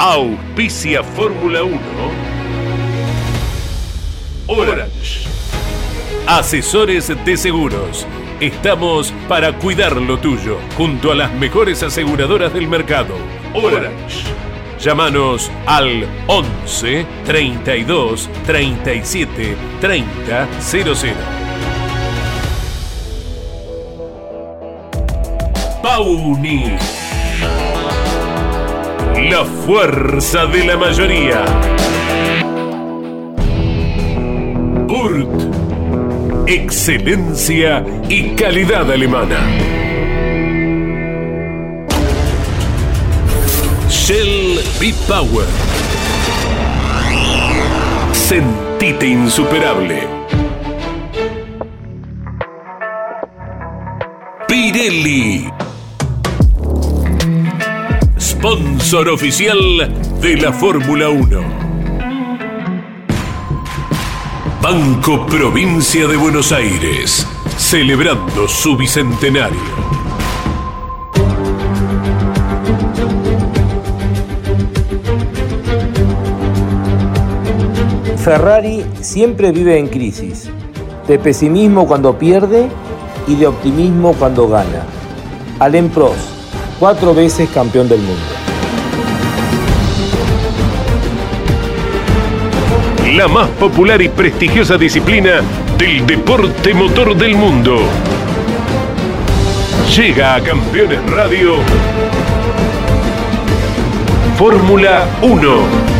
Auspicia Fórmula 1. Orange. Asesores de seguros. Estamos para cuidar lo tuyo, junto a las mejores aseguradoras del mercado. Orange. Llámanos al 11 32 37 30 00. Pauni. La fuerza de la mayoría. Burt. Excelencia y calidad alemana. Shell V-Power. Sentite insuperable. Pirelli. Sponsor oficial de la Fórmula 1. Banco Provincia de Buenos Aires, celebrando su bicentenario. Ferrari siempre vive en crisis, de pesimismo cuando pierde y de optimismo cuando gana. Alain Prost, 4 veces campeón del mundo. La más popular y prestigiosa disciplina del deporte motor del mundo. Llega a Campeones Radio Fórmula 1.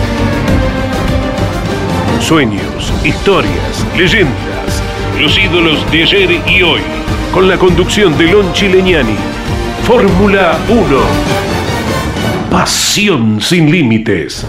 Sueños, historias, leyendas, los ídolos de ayer y hoy, con la conducción de Lonchi Legnani. Fórmula 1. Pasión sin límites.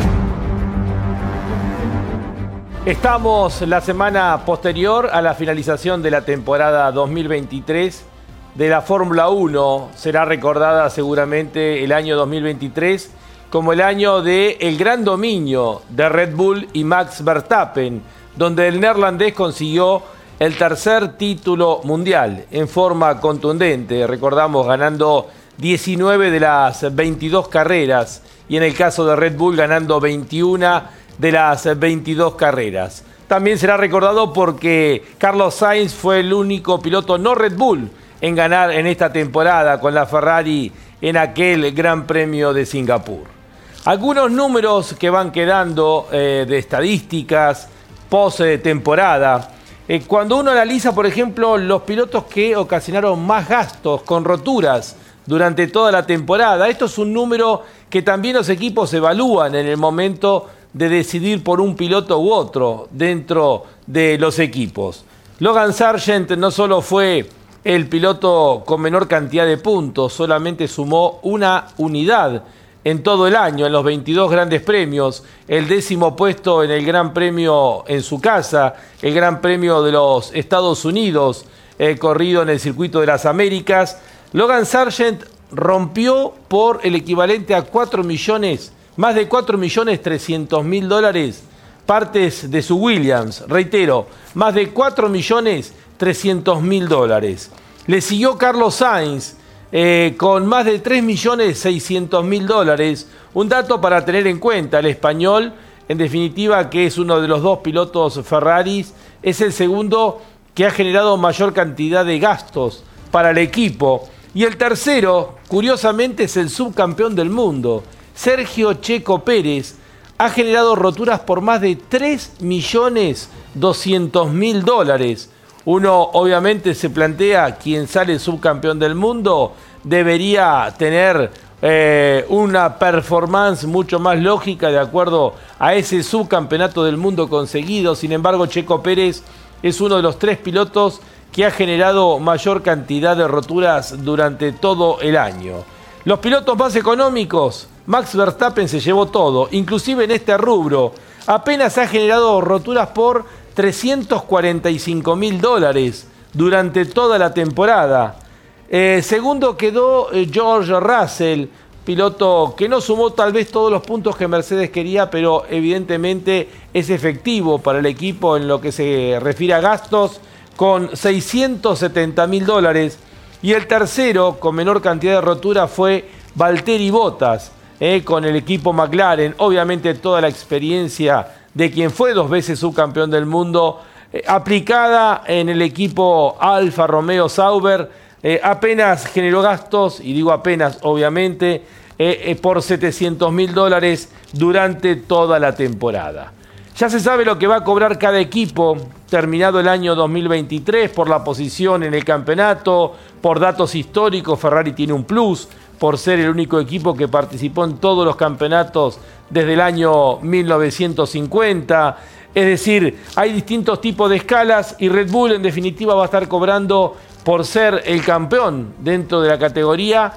Estamos la semana posterior a la finalización de la temporada 2023 de la Fórmula 1. Será recordada seguramente el año 2023 como el año del gran dominio de Red Bull y Max Verstappen, donde el neerlandés consiguió el tercer título mundial en forma contundente. Recordamos ganando 19 de las 22 carreras y en el caso de Red Bull ganando 21 de las 22 carreras. También será recordado porque Carlos Sainz fue el único piloto no Red Bull en ganar en esta temporada con la Ferrari en aquel Gran Premio de Singapur. Algunos números que van quedando de estadísticas post-temporada. Cuando uno analiza, por ejemplo, los pilotos que ocasionaron más gastos con roturas durante toda la temporada, esto es un número que también los equipos evalúan en el momento de decidir por un piloto u otro dentro de los equipos. Logan Sargent no solo fue el piloto con menor cantidad de puntos, solamente sumó una unidad en todo el año, en los 22 grandes premios, el 10º puesto en el Gran Premio en su casa, el Gran Premio de los Estados Unidos, corrido en el Circuito de las Américas. Logan Sargent rompió por el equivalente a más de 4.300.000 dólares partes de su Williams. Reitero, más de 4.300.000 dólares. Le siguió Carlos Sainz con más de 3.600.000 dólares. Un dato para tener en cuenta, el español, en definitiva, que es uno de los dos pilotos Ferraris, es el segundo que ha generado mayor cantidad de gastos para el equipo. Y el tercero, curiosamente, es el subcampeón del mundo. Sergio Checo Pérez ha generado roturas por más de 3.200.000 dólares. Uno obviamente se plantea, quien sale subcampeón del mundo debería tener una performance mucho más lógica de acuerdo a ese subcampeonato del mundo conseguido. Sin embargo, Checo Pérez es uno de los 3 pilotos que ha generado mayor cantidad de roturas durante todo el año. Los pilotos más económicos, Max Verstappen se llevó todo, inclusive en este rubro. Apenas ha generado roturas por 345.000 dólares durante toda la temporada. Segundo quedó George Russell, piloto que no sumó tal vez todos los puntos que Mercedes quería, pero evidentemente es efectivo para el equipo en lo que se refiere a gastos, con 670.000 dólares. Y el tercero, con menor cantidad de rotura, fue Valtteri Bottas, con el equipo McLaren. Obviamente toda la experiencia de quien fue 2 veces subcampeón del mundo, aplicada en el equipo Alfa Romeo Sauber, apenas generó gastos, y digo apenas obviamente, por $700.000 durante toda la temporada. Ya se sabe lo que va a cobrar cada equipo terminado el año 2023 por la posición en el campeonato, por datos históricos. Ferrari tiene un plus por ser el único equipo que participó en todos los campeonatos desde el año 1950. Es decir, hay distintos tipos de escalas y Red Bull en definitiva va a estar cobrando, por ser el campeón dentro de la categoría,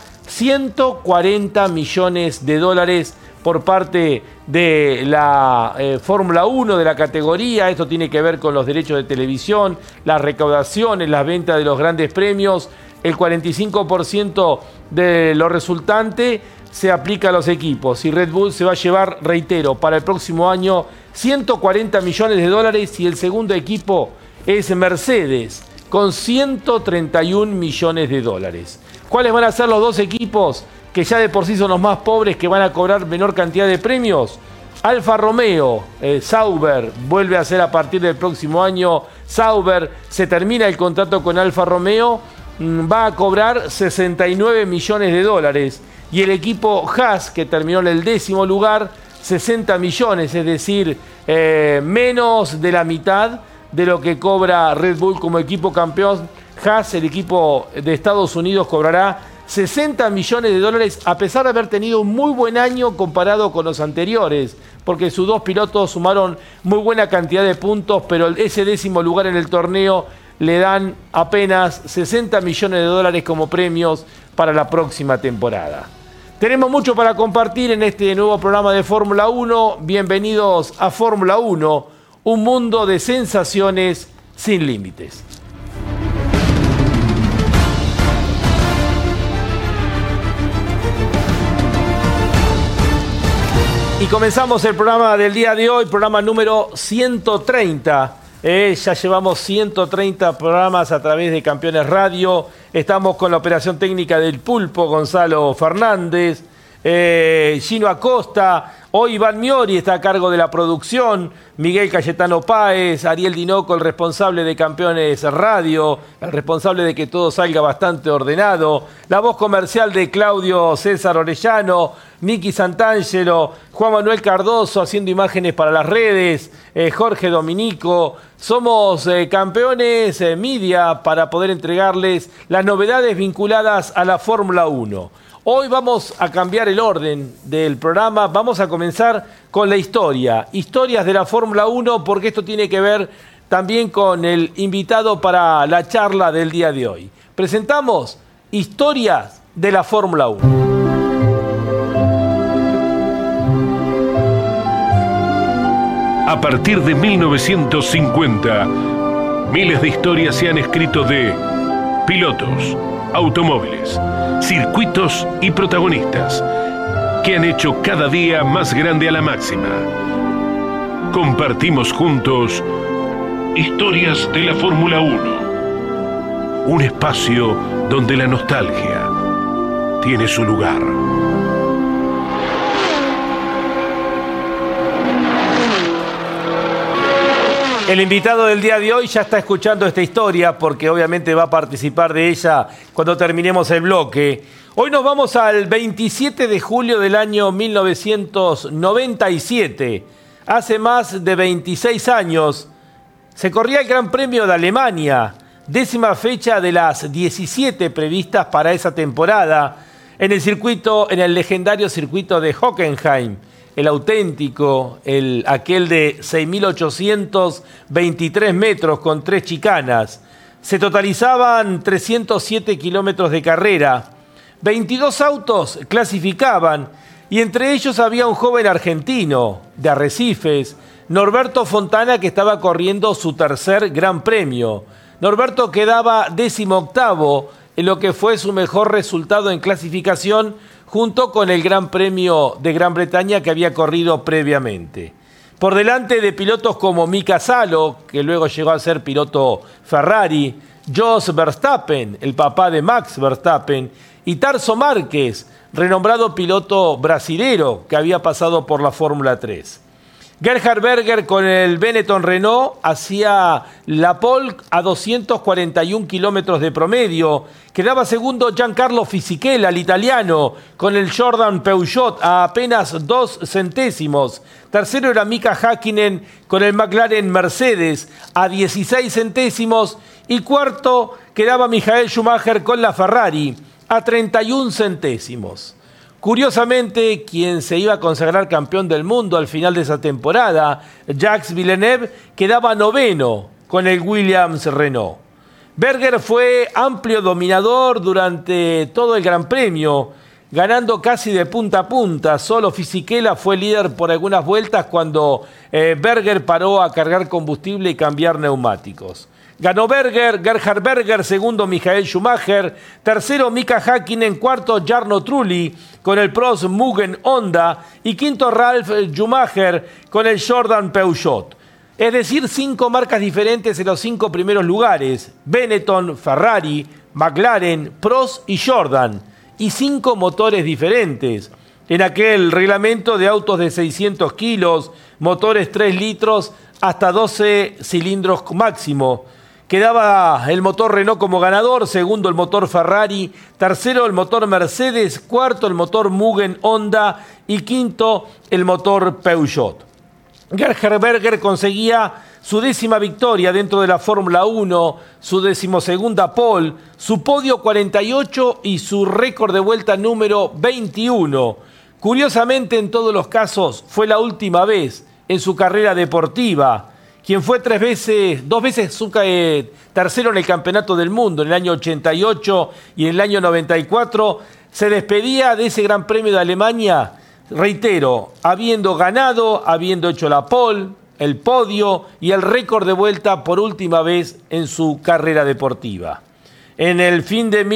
$140 millones por parte de la Fórmula 1 de la categoría. Esto tiene que ver con los derechos de televisión, las recaudaciones, las ventas de los grandes premios. El 45% de lo resultante se aplica a los equipos y Red Bull se va a llevar, reitero, para el próximo año $140 millones y el segundo equipo es Mercedes con $131 millones. ¿Cuáles van a ser los 2 equipos que ya de por sí son los más pobres, que van a cobrar menor cantidad de premios? Alfa Romeo, Sauber, vuelve a ser a partir del próximo año Sauber, se termina el contrato con Alfa Romeo, va a cobrar $69 millones. Y el equipo Haas, que terminó en el 10º lugar, 60 millones, es decir, menos de la mitad de lo que cobra Red Bull como equipo campeón. Haas, el equipo de Estados Unidos, cobrará $60 millones, a pesar de haber tenido un muy buen año comparado con los anteriores, porque sus 2 pilotos sumaron muy buena cantidad de puntos, pero ese 10º lugar en el torneo le dan apenas $60 millones como premios para la próxima temporada. Tenemos mucho para compartir en este nuevo programa de Fórmula 1. Bienvenidos a Fórmula 1, un mundo de sensaciones sin límites. Y comenzamos el programa del día de hoy, programa número 130. Ya llevamos 130 programas a través de Campeones Radio. Estamos con la operación técnica del Pulpo, Gonzalo Fernández, Gino Acosta. Hoy Iván Miori está a cargo de la producción, Miguel Cayetano Páez, Ariel Dinoco, el responsable de Campeones Radio, el responsable de que todo salga bastante ordenado, la voz comercial de Claudio César Orellano, Miki Santangelo, Juan Manuel Cardoso haciendo imágenes para las redes, Jorge Dominico. Somos Campeones Media para poder entregarles las novedades vinculadas a la Fórmula 1. Hoy vamos a cambiar el orden del programa, vamos a comenzar con la historias de la Fórmula 1, porque esto tiene que ver también con el invitado para la charla del día de hoy. Presentamos historias de la Fórmula 1. A partir de 1950, miles de historias se han escrito de pilotos, automóviles, circuitos y protagonistas que han hecho cada día más grande a la máxima. Compartimos juntos historias de la Fórmula 1. Un espacio donde la nostalgia tiene su lugar. El invitado del día de hoy ya está escuchando esta historia porque obviamente va a participar de ella cuando terminemos el bloque. Hoy nos vamos al 27 de julio del año 1997. Hace más de 26 años se corría el Gran Premio de Alemania, 10ª fecha de las 17 previstas para esa temporada, en el legendario circuito de Hockenheim. El auténtico, aquel de 6.823 metros con 3 chicanas. Se totalizaban 307 kilómetros de carrera. 22 autos clasificaban y entre ellos había un joven argentino de Arrecifes, Norberto Fontana, que estaba corriendo su tercer Gran Premio. Norberto quedaba 18º en lo que fue su mejor resultado en clasificación, junto con el Gran Premio de Gran Bretaña que había corrido previamente. Por delante de pilotos como Mika Salo, que luego llegó a ser piloto Ferrari, Jos Verstappen, el papá de Max Verstappen, y Tarso Márquez, renombrado piloto brasilero que había pasado por la Fórmula 3. Gerhard Berger con el Benetton Renault hacía la pole a 241 kilómetros de promedio. Quedaba segundo Giancarlo Fisichella, el italiano, con el Jordan Peugeot a apenas 2 centésimos. Tercero era Mika Häkkinen con el McLaren Mercedes a 16 centésimos. Y cuarto quedaba Michael Schumacher con la Ferrari a 31 centésimos. Curiosamente, quien se iba a consagrar campeón del mundo al final de esa temporada, Jacques Villeneuve, quedaba noveno con el Williams Renault. Berger fue amplio dominador durante todo el Gran Premio, ganando casi de punta a punta. Solo Fisichella fue líder por algunas vueltas cuando Berger paró a cargar combustible y cambiar neumáticos. Ganó Berger, Gerhard Berger, segundo Michael Schumacher, tercero Mika Häkkinen, cuarto Jarno Trulli con el Pros Mugen Honda y quinto Ralf Schumacher con el Jordan Peugeot. Es decir, 5 marcas diferentes en los 5 primeros lugares: Benetton, Ferrari, McLaren, Pros y Jordan, y 5 motores diferentes. En aquel reglamento de autos de 600 kilos, motores 3 litros hasta 12 cilindros máximo. Quedaba el motor Renault como ganador, segundo el motor Ferrari, tercero el motor Mercedes, cuarto el motor Mugen Honda y quinto el motor Peugeot. Gerhard Berger conseguía su 10ª victoria dentro de la Fórmula 1, su 12ª pole, su podio 48 y su récord de vuelta número 21. Curiosamente, en todos los casos, fue la última vez en su carrera deportiva. Quien fue 2 veces tercero en el Campeonato del Mundo, en el año 88 y en el año 94, se despedía de ese Gran Premio de Alemania, reitero, habiendo ganado, habiendo hecho la pole, el podio y el récord de vuelta por última vez en su carrera deportiva. En el fin de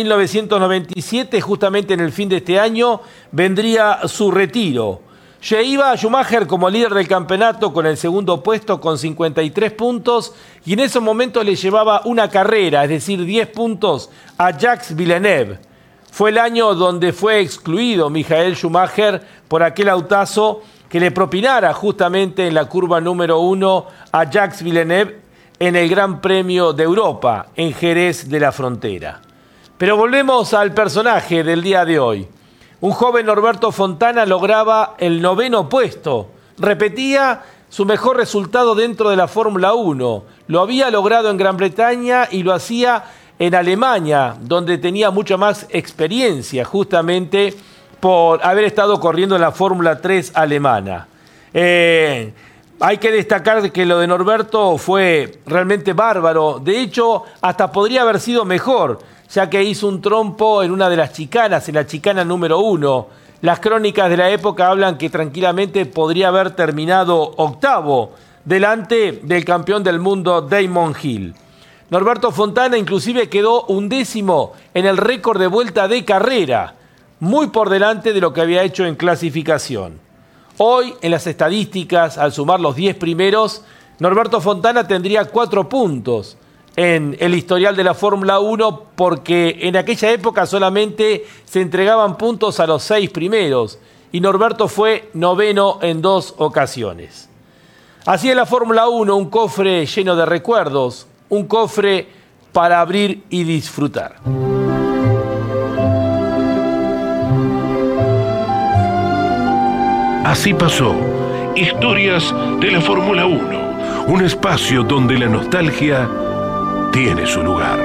1997, justamente en el fin de este año, vendría su retiro. Ya iba Schumacher como líder del campeonato con el segundo puesto con 53 puntos y en esos momentos le llevaba una carrera, es decir, 10 puntos a Jacques Villeneuve. Fue el año donde fue excluido Michael Schumacher por aquel autazo que le propinara justamente en la curva número 1 a Jacques Villeneuve en el Gran Premio de Europa, en Jerez de la Frontera. Pero volvemos al personaje del día de hoy. Un joven Norberto Fontana lograba el 9º puesto. Repetía su mejor resultado dentro de la Fórmula 1. Lo había logrado en Gran Bretaña y lo hacía en Alemania, donde tenía mucha más experiencia, justamente por haber estado corriendo en la Fórmula 3 alemana. Hay que destacar que lo de Norberto fue realmente bárbaro. De hecho, hasta podría haber sido mejor, ya que hizo un trompo en una de las chicanas, en la chicana número 1. Las crónicas de la época hablan que tranquilamente podría haber terminado octavo, delante del campeón del mundo Damon Hill. Norberto Fontana inclusive quedó 11º en el récord de vuelta de carrera, muy por delante de lo que había hecho en clasificación. Hoy, en las estadísticas, al sumar los 10 primeros, Norberto Fontana tendría 4 puntos en el historial de la Fórmula 1 porque en aquella época solamente se entregaban puntos a los 6 primeros y Norberto fue 9º en 2 ocasiones. Así es la Fórmula 1, un cofre lleno de recuerdos, un cofre para abrir y disfrutar. Así pasó. Historias de la Fórmula 1. Un espacio donde la nostalgia tiene su lugar.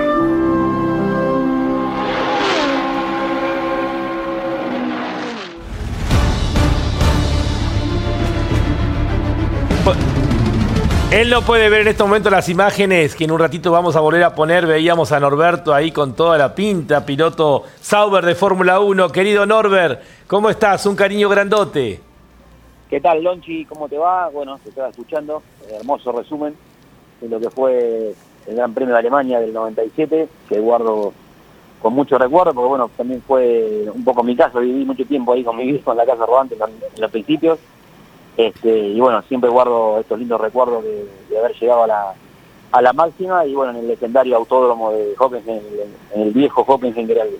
Él no puede ver en este momento las imágenes que en un ratito vamos a volver a poner. Veíamos a Norberto ahí con toda la pinta, piloto Sauber de Fórmula 1. Querido Norbert, ¿cómo estás? Un cariño grandote. ¿Qué tal, Lonchi? ¿Cómo te va? Bueno, te estaba escuchando. Hermoso resumen de lo que fue el Gran Premio de Alemania del 97, que guardo con mucho recuerdo, porque bueno, también fue un poco mi caso. Viví mucho tiempo ahí con mi hijo en la casa rodante en los principios. Y bueno, siempre guardo estos lindos recuerdos de haber llegado a la máxima y bueno, en el legendario autódromo de Hockenheim, en el viejo Hockenheim, que era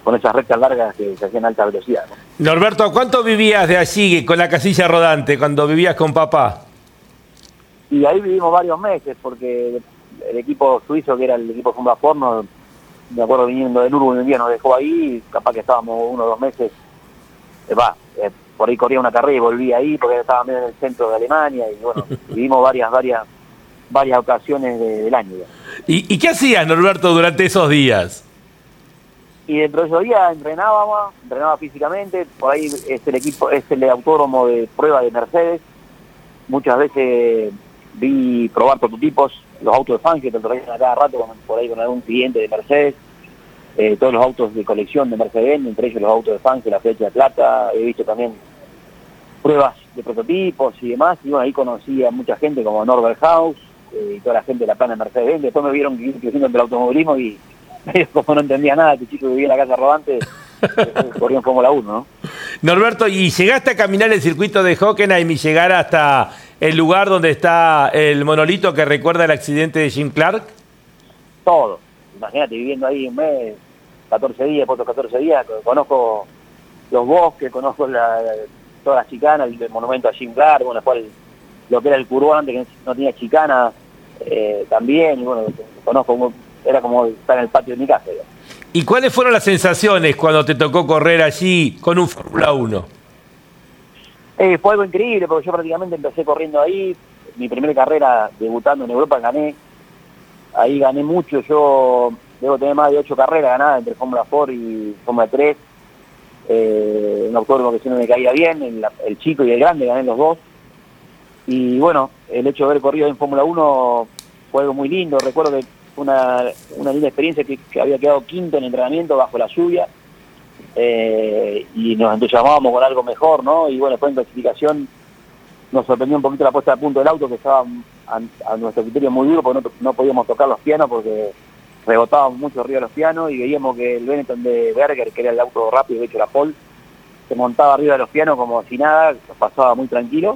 con esas rectas largas que se hacían a alta velocidad, ¿no? Norberto, ¿cuánto vivías de allí con la casilla rodante cuando vivías con papá? Y ahí vivimos varios meses, porque el equipo suizo, que era el equipo Fórmula Ford, me acuerdo viniendo de Nürburgring un día nos dejó ahí, capaz que estábamos 1 o 2 meses, por ahí corría una carrera y volví ahí, porque estaba medio en el centro de Alemania, y bueno, vivimos varias ocasiones del año. ¿Y qué hacías, Norberto, durante esos días? Y dentro de esos días entrenaba físicamente, por ahí es el autódromo de prueba de Mercedes. Muchas veces vi probar prototipos, los autos de fan que te traían a cada rato por ahí con algún cliente de Mercedes, todos los autos de colección de Mercedes, entre ellos los autos de fan, que la Flecha de Plata. He visto también pruebas de prototipos y demás, y bueno, ahí conocí a mucha gente como Norbert Haus y toda la gente de la plana de Mercedes. Después me vieron creciendo entre el automovilismo y como no entendía nada, este chico que vivía en la casa rodante, corría en Fórmula 1, ¿no? Norberto, ¿y llegaste a caminar el circuito de Hockenheim y llegar hasta el lugar donde está el monolito que recuerda el accidente de Jim Clark? Todo. Imagínate, viviendo ahí un mes, 14 días, por otros 14 días, conozco los bosques, conozco todas las chicanas, el monumento a Jim Clark, bueno, después lo que era el curvón antes, que no tenía chicana, también, y bueno, conozco, era como estar en el patio de mi casa, digamos. ¿Y cuáles fueron las sensaciones cuando te tocó correr allí con un Fórmula 1? Fue algo increíble, porque yo prácticamente empecé corriendo ahí. Mi primera carrera debutando en Europa gané. Ahí gané mucho. Yo debo tener más de 8 carreras ganadas entre Fórmula 4 y Fórmula 3. Un autódromo que siempre me caía bien, el chico y el grande, gané los dos. Y bueno, el hecho de haber corrido en Fórmula 1 fue algo muy lindo. Recuerdo que fue una linda experiencia, que había quedado quinto en entrenamiento bajo la lluvia, y nos entusiasmábamos con algo mejor, ¿no? Y bueno, después en clasificación nos sorprendió un poquito la puesta a punto del auto, que estaba a nuestro criterio muy duro, porque no podíamos tocar los pianos porque rebotábamos mucho arriba de los pianos, y veíamos que el Benetton de Berger, que era el auto rápido, de hecho la pole, se montaba arriba de los pianos como si nada, pasaba muy tranquilo.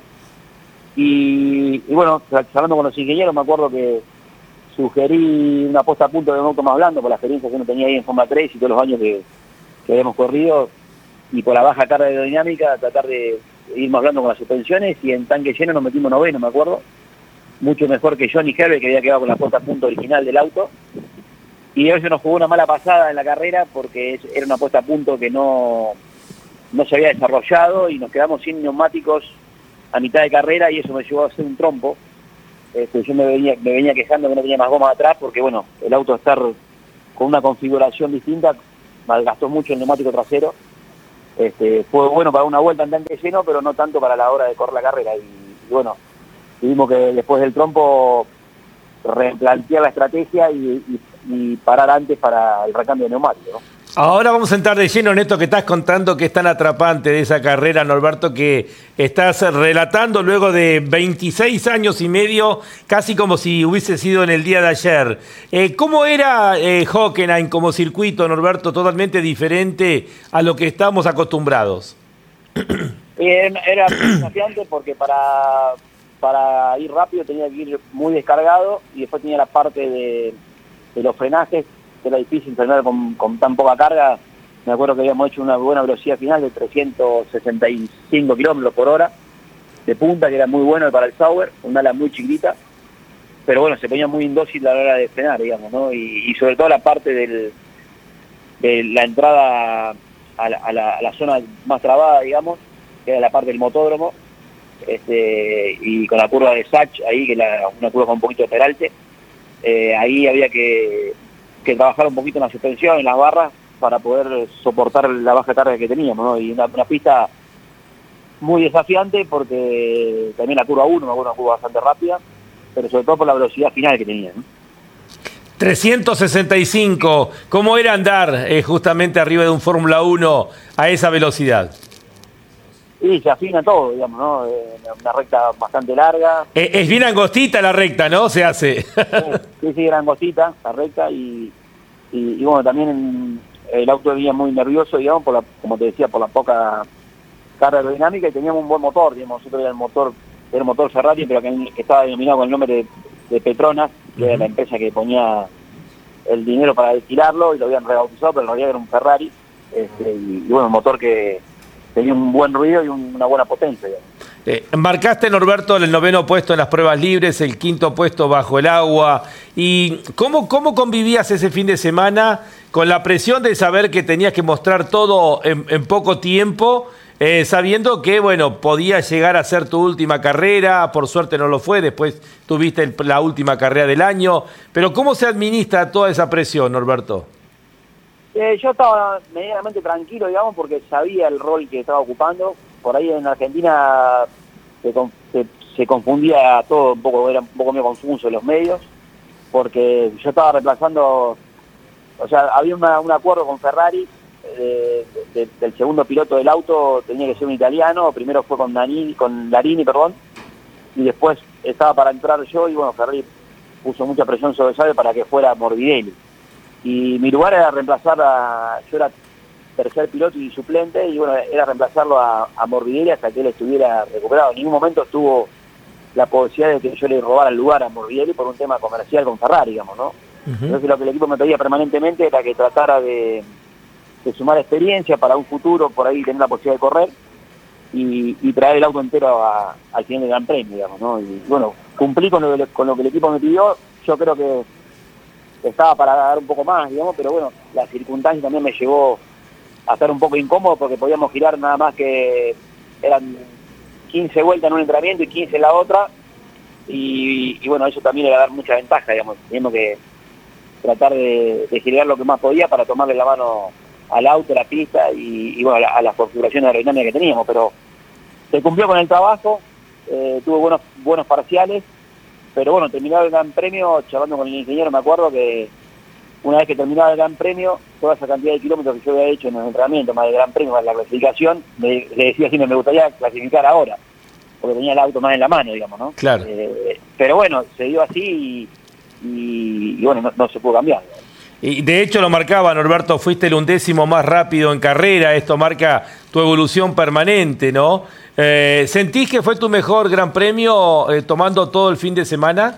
Y bueno, hablando con los ingenieros, me acuerdo que sugerí una puesta a punto de un auto más blando por la experiencia que uno tenía ahí en Fórmula 3 y todos los años que habíamos corrido, y por la baja carga aerodinámica tratar de ir más blando con las suspensiones, y en tanque lleno nos metimos 9º, me acuerdo, mucho mejor que Johnny Herbert, que había quedado con la puesta a punto original del auto. Y eso nos jugó una mala pasada en la carrera, porque era una puesta a punto que no se había desarrollado, y nos quedamos sin neumáticos a mitad de carrera, y eso me llevó a hacer un trompo. Yo me venía quejando que no tenía más gomas atrás, porque bueno, el auto estar con una configuración distinta malgastó mucho el neumático trasero. Fue bueno para una vuelta en tanque lleno, pero no tanto para la hora de correr la carrera. Y bueno, tuvimos que después del trompo replantear la estrategia y parar antes para el recambio de neumático, ¿no? Ahora vamos a entrar de lleno en esto que estás contando, que es tan atrapante de esa carrera, Norberto, que estás relatando luego de 26 años y medio, casi como si hubiese sido en el día de ayer. ¿Cómo era Hockenheim como circuito, Norberto, totalmente diferente a lo que estamos acostumbrados? Era desafiante, porque para ir rápido tenía que ir muy descargado, y después tenía la parte de los frenajes, que era difícil frenar con tan poca carga. Me acuerdo que habíamos hecho una buena velocidad final de 365 kilómetros por hora de punta, que era muy bueno para el Sauber, una ala muy chiquita, pero bueno, se ponía muy indócil a la hora de frenar, digamos, ¿no? Y sobre todo la parte de la entrada a la zona más trabada, digamos, que era la parte del motódromo, y con la curva de Sachs ahí, que era una curva con un poquito de peralte, ahí había que trabajar un poquito en la suspensión, en las barras, para poder soportar la baja carga que teníamos, ¿no? Y una pista muy desafiante, porque también la curva 1, una curva bastante rápida, pero sobre todo por la velocidad final que tenía, ¿no? 365, ¿cómo era andar justamente arriba de un Fórmula 1 a esa velocidad? Y se afina todo, digamos, ¿no? Una recta bastante larga. Es bien angostita la recta, ¿no? Se hace. Sí, era angostita la recta, y bueno, también el auto venía muy nervioso, digamos, como te decía, por la poca carga aerodinámica, y teníamos un buen motor, digamos. Nosotros era el motor Ferrari, pero que estaba denominado con el nombre de Petronas, que era la empresa que ponía el dinero para alquilarlo, y lo habían rebautizado, pero en realidad era un Ferrari. y bueno, un motor que tenía un buen ruido y una buena potencia, digamos. Marcaste, Norberto, el 9º puesto en las pruebas libres, el 5º puesto bajo el agua. ¿Y cómo convivías ese fin de semana con la presión de saber que tenías que mostrar todo en poco tiempo, sabiendo que, bueno, podía llegar a ser tu última carrera? Por suerte no lo fue, después tuviste la última carrera del año. Pero ¿cómo se administra toda esa presión, Norberto? Yo estaba medianamente tranquilo, digamos, porque sabía el rol que estaba ocupando. Por ahí en Argentina se confundía todo un poco, era un poco medio confuso en los medios, porque yo estaba reemplazando, o sea, había un acuerdo con Ferrari, del segundo piloto del auto tenía que ser un italiano, primero fue con Larini, y después estaba para entrar yo, y bueno, Ferrari puso mucha presión sobre Sabe para que fuera Morbidelli. Y mi lugar era reemplazar yo era tercer piloto y suplente, y bueno, era reemplazarlo a Morbidelli hasta que él estuviera recuperado. En ningún momento estuvo la posibilidad de que yo le robara el lugar a Morbidelli por un tema comercial con Ferrari, digamos, ¿no? Entonces lo que el equipo me pedía permanentemente era que tratara de sumar experiencia para un futuro, por ahí tener la posibilidad de correr y traer el auto entero al final del Gran Premio, digamos, ¿no? Y bueno, cumplí con lo que el equipo me pidió. Yo creo que estaba para dar un poco más, digamos, pero bueno, la circunstancia también me llevó a estar un poco incómodo porque podíamos girar nada más que eran 15 vueltas en un entrenamiento y 15 en la otra, y bueno, eso también era dar mucha ventaja, digamos, teníamos que tratar de girar lo que más podía para tomarle la mano al auto, a la pista y bueno, a las configuraciones aerodinámicas que teníamos, pero se cumplió con el trabajo, tuvo buenos parciales, pero bueno, terminado el Gran Premio, charlando con el ingeniero, me acuerdo que una vez que terminaba el Gran Premio, toda esa cantidad de kilómetros que yo había hecho en los entrenamientos, más el Gran Premio, más la clasificación, le decía así, me gustaría clasificar ahora, porque tenía el auto más en la mano, digamos, ¿no? Claro. Pero bueno, se dio así y bueno, no se pudo cambiar, ¿no? Y de hecho lo marcaba, Norberto, fuiste el 11º más rápido en carrera, esto marca tu evolución permanente, ¿no? ¿Sentís que fue tu mejor Gran Premio tomando todo el fin de semana?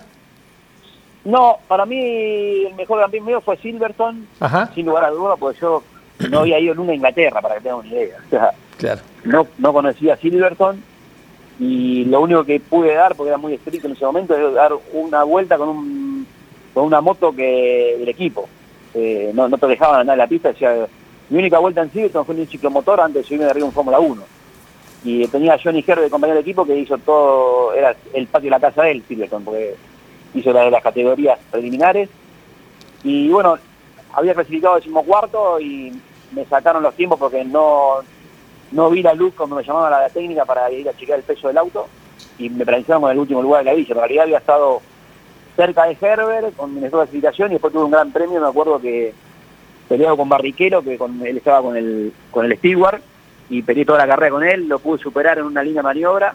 No, para mí el mejor Gran Premio fue Silverstone, sin lugar a duda, porque yo no había ido nunca a Inglaterra, para que tengan una idea. O sea, claro. No conocía Silverstone y lo único que pude dar, porque era muy estricto en ese momento, es dar una vuelta con una moto del equipo. No te dejaban andar en la pista. Decía, mi única vuelta en Silverstone fue en un ciclomotor antes de subirme de arriba en Fórmula 1. Y tenía a Johnny Herr de compañero de equipo que hizo todo, era el patio de la casa de él, Silverstone, porque hizo las categorías preliminares. Y bueno, había clasificado 14º y me sacaron los tiempos porque no vi la luz cuando me llamaban a la técnica para ir a chequear el peso del auto y me penalizaron con el último lugar de la villa. En realidad había estado cerca de Herbert con mi mejor clasificación y después tuve un Gran Premio, me acuerdo que peleado con Barrichello, que él estaba con el Stewart, y peleé toda la carrera con él, lo pude superar en una línea de maniobra,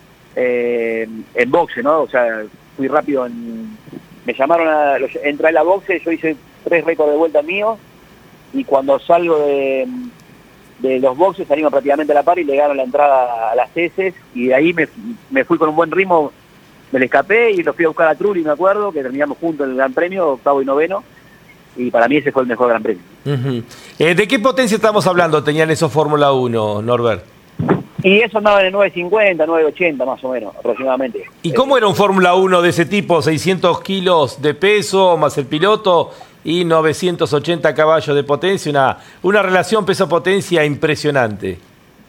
en boxe, ¿no? O sea, fui rápido me llamaron entré a la boxe, yo hice 3 récords de vuelta míos, y cuando salgo de los boxes salimos prácticamente a la par y le ganaron la entrada a las heces, y de ahí me fui con un buen ritmo, me le escapé y lo fui a buscar a Trulli, me acuerdo, que terminamos juntos en el Gran Premio, 8º y 9º, y para mí ese fue el mejor Gran Premio. ¿De qué potencia estamos hablando tenían esos Fórmula 1, Norbert? Y eso andaba en el 950, 980 más o menos, aproximadamente. ¿Y cómo era un Fórmula 1 de ese tipo? 600 kilos de peso más el piloto y 980 caballos de potencia, una relación peso-potencia impresionante.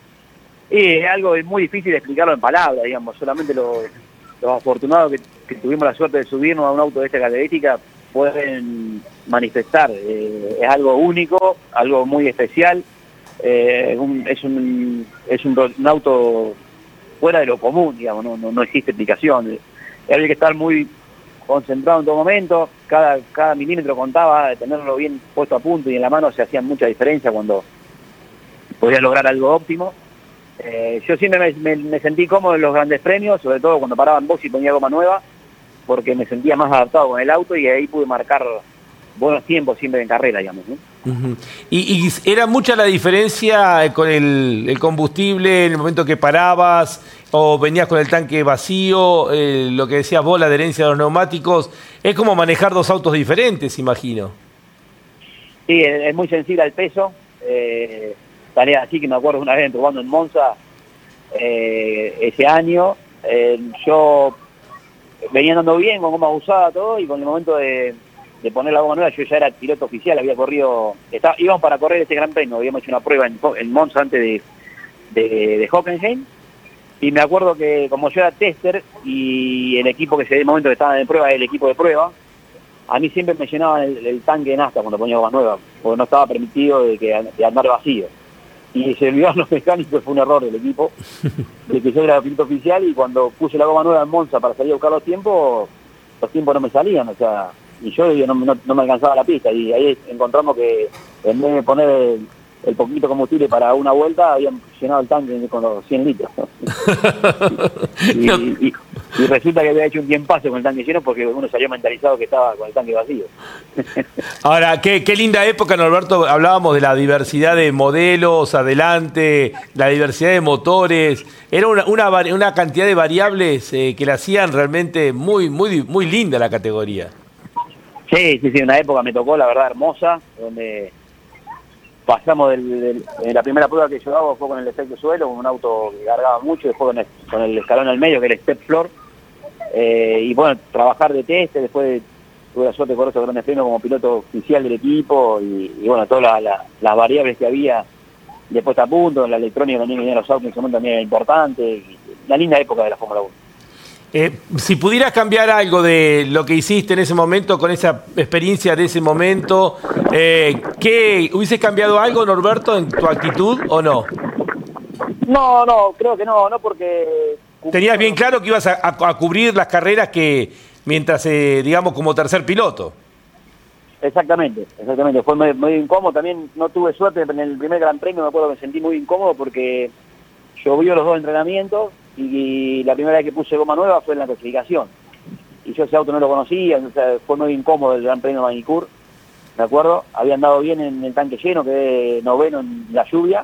Es algo muy difícil de explicarlo en palabras, digamos, solamente los afortunados que tuvimos la suerte de subirnos a un auto de esta característica pueden manifestar. Es algo único, algo muy especial, es un auto fuera de lo común, digamos, no existe explicación. Había que estar muy concentrado en todo momento, cada milímetro contaba, de tenerlo bien puesto a punto y en la mano se hacía mucha diferencia cuando podías lograr algo óptimo. Yo siempre me sentí cómodo en los grandes premios, sobre todo cuando paraba en box y ponía goma nueva, porque me sentía más adaptado con el auto y ahí pude marcar buenos tiempos siempre en carrera, digamos, ¿no? ¿Y era mucha la diferencia con el combustible en el momento que parabas o venías con el tanque vacío? Lo que decías vos, la adherencia de los neumáticos, es como manejar dos autos diferentes, imagino. Sí, es muy sensible al peso. tareas así, que me acuerdo una vez probando en Monza, ese año, yo venía andando bien, con goma usada, todo, y con el momento de poner la goma nueva, yo ya era piloto oficial, había corrido, íbamos para correr ese Gran Premio, habíamos hecho una prueba en Monza antes de Hockenheim, y me acuerdo que como yo era tester, y el equipo que en el momento que estaba en prueba, el equipo de prueba, a mí siempre me llenaban el tanque de nafta cuando ponía goma nueva, porque no estaba permitido de andar vacío. Y se olvidaron los mecánicos, fue un error del equipo, de que yo era piloto oficial, y cuando puse la goma nueva en Monza para salir a buscar los tiempos no me salían, o sea, y yo no me alcanzaba la pista, y ahí encontramos que en vez de poner el poquito combustible para una vuelta, habían llenado el tanque con los 100 litros. Y resulta que había hecho un tiempazo con el tanque lleno porque uno salió mentalizado que estaba con el tanque vacío. Ahora, qué linda época, Norberto. Hablábamos de la diversidad de modelos adelante, la diversidad de motores. Era una cantidad de variables que la hacían realmente muy, muy, muy linda la categoría. Sí, una época me tocó, la verdad, hermosa, donde pasamos la primera prueba que yo hago fue con el efecto suelo, con un auto que cargaba mucho, después con el escalón al medio, que era el step floor, y bueno, trabajar de test, después tuve la suerte de correr estos grandes premios como piloto oficial del equipo, y bueno, todas las variables que había de puesta a punto, la electrónica también que tenía los autos en ese momento también era importante, y una linda época de la Fórmula 1. Si pudieras cambiar algo de lo que hiciste en ese momento, con esa experiencia de ese momento, ¿hubieses cambiado algo, Norberto, en tu actitud o no? No, creo que no porque... Tenías bien claro que ibas a cubrir las carreras que mientras, digamos, como tercer piloto. Exactamente, fue medio incómodo, también no tuve suerte en el primer Gran Premio, me acuerdo que me sentí muy incómodo porque llovió los dos entrenamientos, y la primera vez que puse goma nueva fue en la clasificación. Y yo ese auto no lo conocía, o sea, fue muy incómodo el Gran Premio de Manicur, me acuerdo. Había andado bien en el tanque lleno, quedé noveno en la lluvia,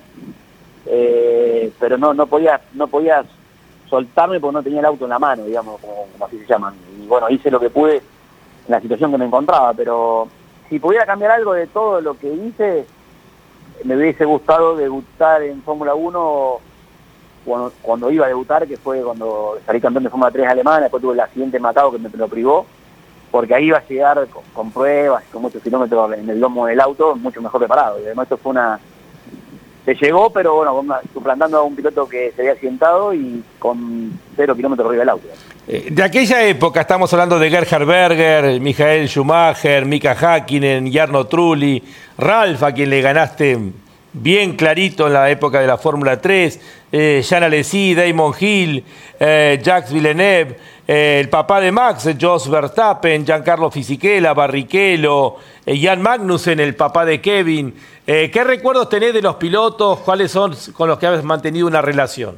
pero no podía soltarme porque no tenía el auto en la mano, digamos, como así se llaman. Y bueno, hice lo que pude en la situación que me encontraba, pero si pudiera cambiar algo de todo lo que hice, me hubiese gustado debutar en Fórmula 1 cuando iba a debutar, que fue cuando salí campeón de Fórmula 3 alemana, después tuve el accidente en Macao que me lo privó, porque ahí iba a llegar con pruebas, con muchos kilómetros en el lomo del auto, mucho mejor preparado. Y además esto fue se llegó, pero bueno, suplantando a un piloto que se había accidentado y con 0 kilómetros arriba del auto. De aquella época estamos hablando de Gerhard Berger, Michael Schumacher, Mika Häkkinen, Jarno Trulli, Ralf, a quien le ganaste bien clarito en la época de la Fórmula 3, Jean Alesi, Damon Hill, Jacques Villeneuve, el papá de Max, Jos Verstappen, Giancarlo Fisichella, Barrichello, Jan Magnussen, el papá de Kevin. ¿Qué recuerdos tenés de los pilotos? ¿Cuáles son con los que has mantenido una relación?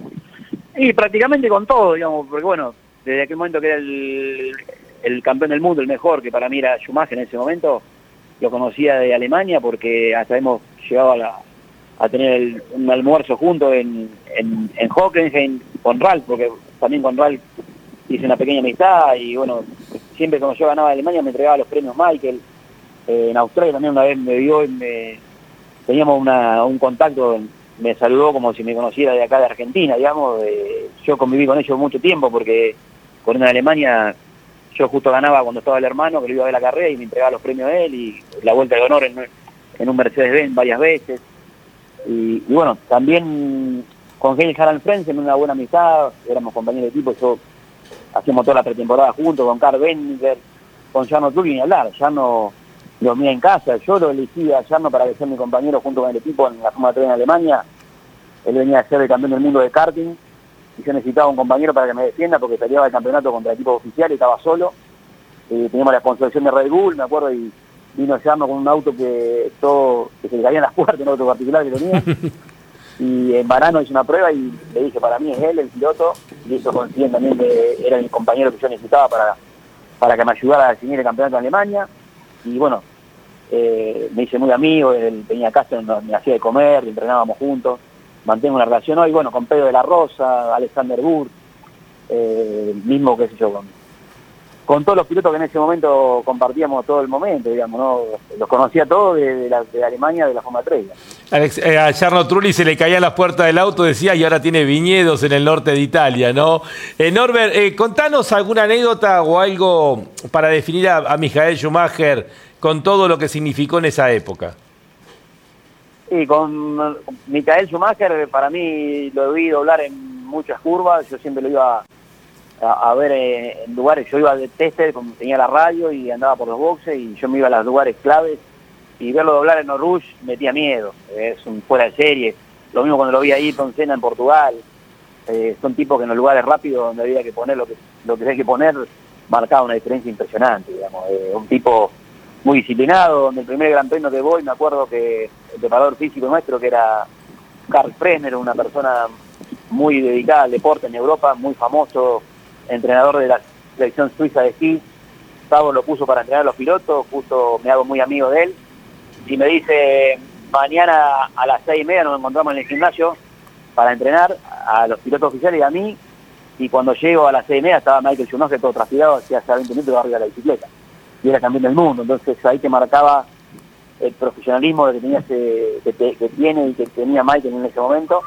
Y prácticamente con todo, digamos, porque bueno, desde aquel momento que era el campeón del mundo, el mejor, que para mí era Schumacher en ese momento, lo conocía de Alemania porque hasta hemos llegado a tener un almuerzo juntos en Hockenheim con Ralf, porque también con Ralf hice una pequeña amistad, y bueno, siempre cuando yo ganaba de Alemania me entregaba los premios Michael. En Australia también una vez me vio y teníamos un contacto, me saludó como si me conociera de acá de Argentina, digamos. Yo conviví con ellos mucho tiempo porque corriendo en Alemania yo justo ganaba cuando estaba el hermano, que lo iba a ver la carrera, y me entregaba los premios a él, y la vuelta de honor en un Mercedes-Benz varias veces. Y bueno, también con Heinz Harald Frentzen, una buena amistad, éramos compañeros de equipo, yo hacíamos toda la pretemporada juntos, con Karl Benninger, con Jarno Trulli, ni hablar. Jarno dormía en casa, yo lo elegí a Jarno para que sea mi compañero junto con el equipo en la Fórmula 3 en Alemania. Él venía a ser el campeón del mundo de karting, y yo necesitaba un compañero para que me defienda porque peleaba el campeonato contra el equipo oficial y estaba solo. Teníamos la sponsorización de Red Bull, me acuerdo, y vino Jarno con un auto que se le caían las puertas, un auto particular que tenía. Y en verano hice una prueba y le dije, para mí es él el piloto, y eso coinciden también que era el compañero que yo necesitaba para que me ayudara a definir el campeonato de Alemania. Y bueno, me hice muy amigo, él venía a casa, me hacía de comer, entrenábamos juntos, mantengo una relación hoy, bueno, con Pedro de la Rosa, Alexander Burt, mismo, qué sé yo, con todos los pilotos que en ese momento compartíamos todo el momento, digamos, ¿no? Los conocía todos de Alemania, de la Fórmula 3. A Jarno Trulli se le caían las puertas del auto, decía, y ahora tiene viñedos en el norte de Italia, ¿no? Norbert, contanos alguna anécdota o algo para definir a Michael Schumacher con todo lo que significó en esa época. Sí, con Michael Schumacher, para mí lo vi doblar en muchas curvas, yo siempre lo iba a ver en lugares, yo iba de tester, tenía la radio y andaba por los boxes y yo me iba a los lugares claves y verlo doblar en Eau Rouge metía miedo, es un fuera de serie. Lo mismo cuando lo vi ahí con Senna en Portugal, son tipos que en los lugares rápidos donde había que poner lo que hay que poner, marcaba una diferencia impresionante, digamos. Un tipo muy disciplinado, donde el primer Gran Premio que voy, me acuerdo que el preparador físico nuestro, que era Karl Fresner, una persona muy dedicada al deporte en Europa, muy famoso, entrenador de la selección suiza de esquí. Gustavo lo puso para entrenar a los pilotos, justo me hago muy amigo de él, y me dice, mañana a las 6:30 nos encontramos en el gimnasio para entrenar a los pilotos oficiales y a mí, y cuando llego a las 6:30 estaba Michael Schumacher todo transpirado, hacía 20 minutos arriba de la bicicleta, y era campeón del mundo. Entonces ahí te marcaba el profesionalismo que tenía que tiene y que tenía Michael en ese momento,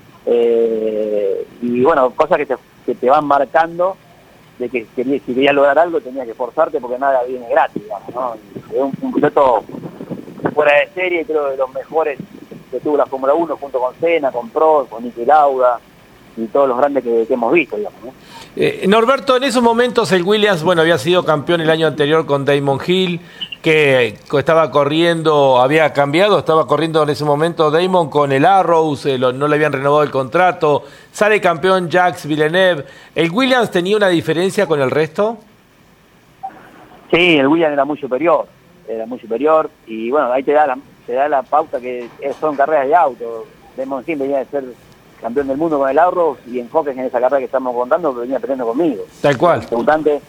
y bueno, cosas que te van marcando de que si querías lograr algo tenías que esforzarte porque nada viene gratis, digamos, ¿no? Es un piloto fuera de serie, creo de los mejores que tuvo la Fórmula 1 junto con Senna, con Prost, con Niki Lauda y todos los grandes que hemos visto, digamos, ¿no? Norberto, en esos momentos el Williams, bueno, había sido campeón el año anterior con Damon Hill, que estaba corriendo, había cambiado, estaba corriendo en ese momento Damon con el Arrows, no le habían renovado el contrato, sale campeón Jacques Villeneuve. ¿El Williams tenía una diferencia con el resto? Sí, el Williams era muy superior, y bueno, ahí te da la pauta que son carreras de auto. Damon Hill venía de ser campeón del mundo con el Arrows y en Hockenheim, en esa carrera que estamos contando, que venía peleando conmigo. Tal cual. Debutante,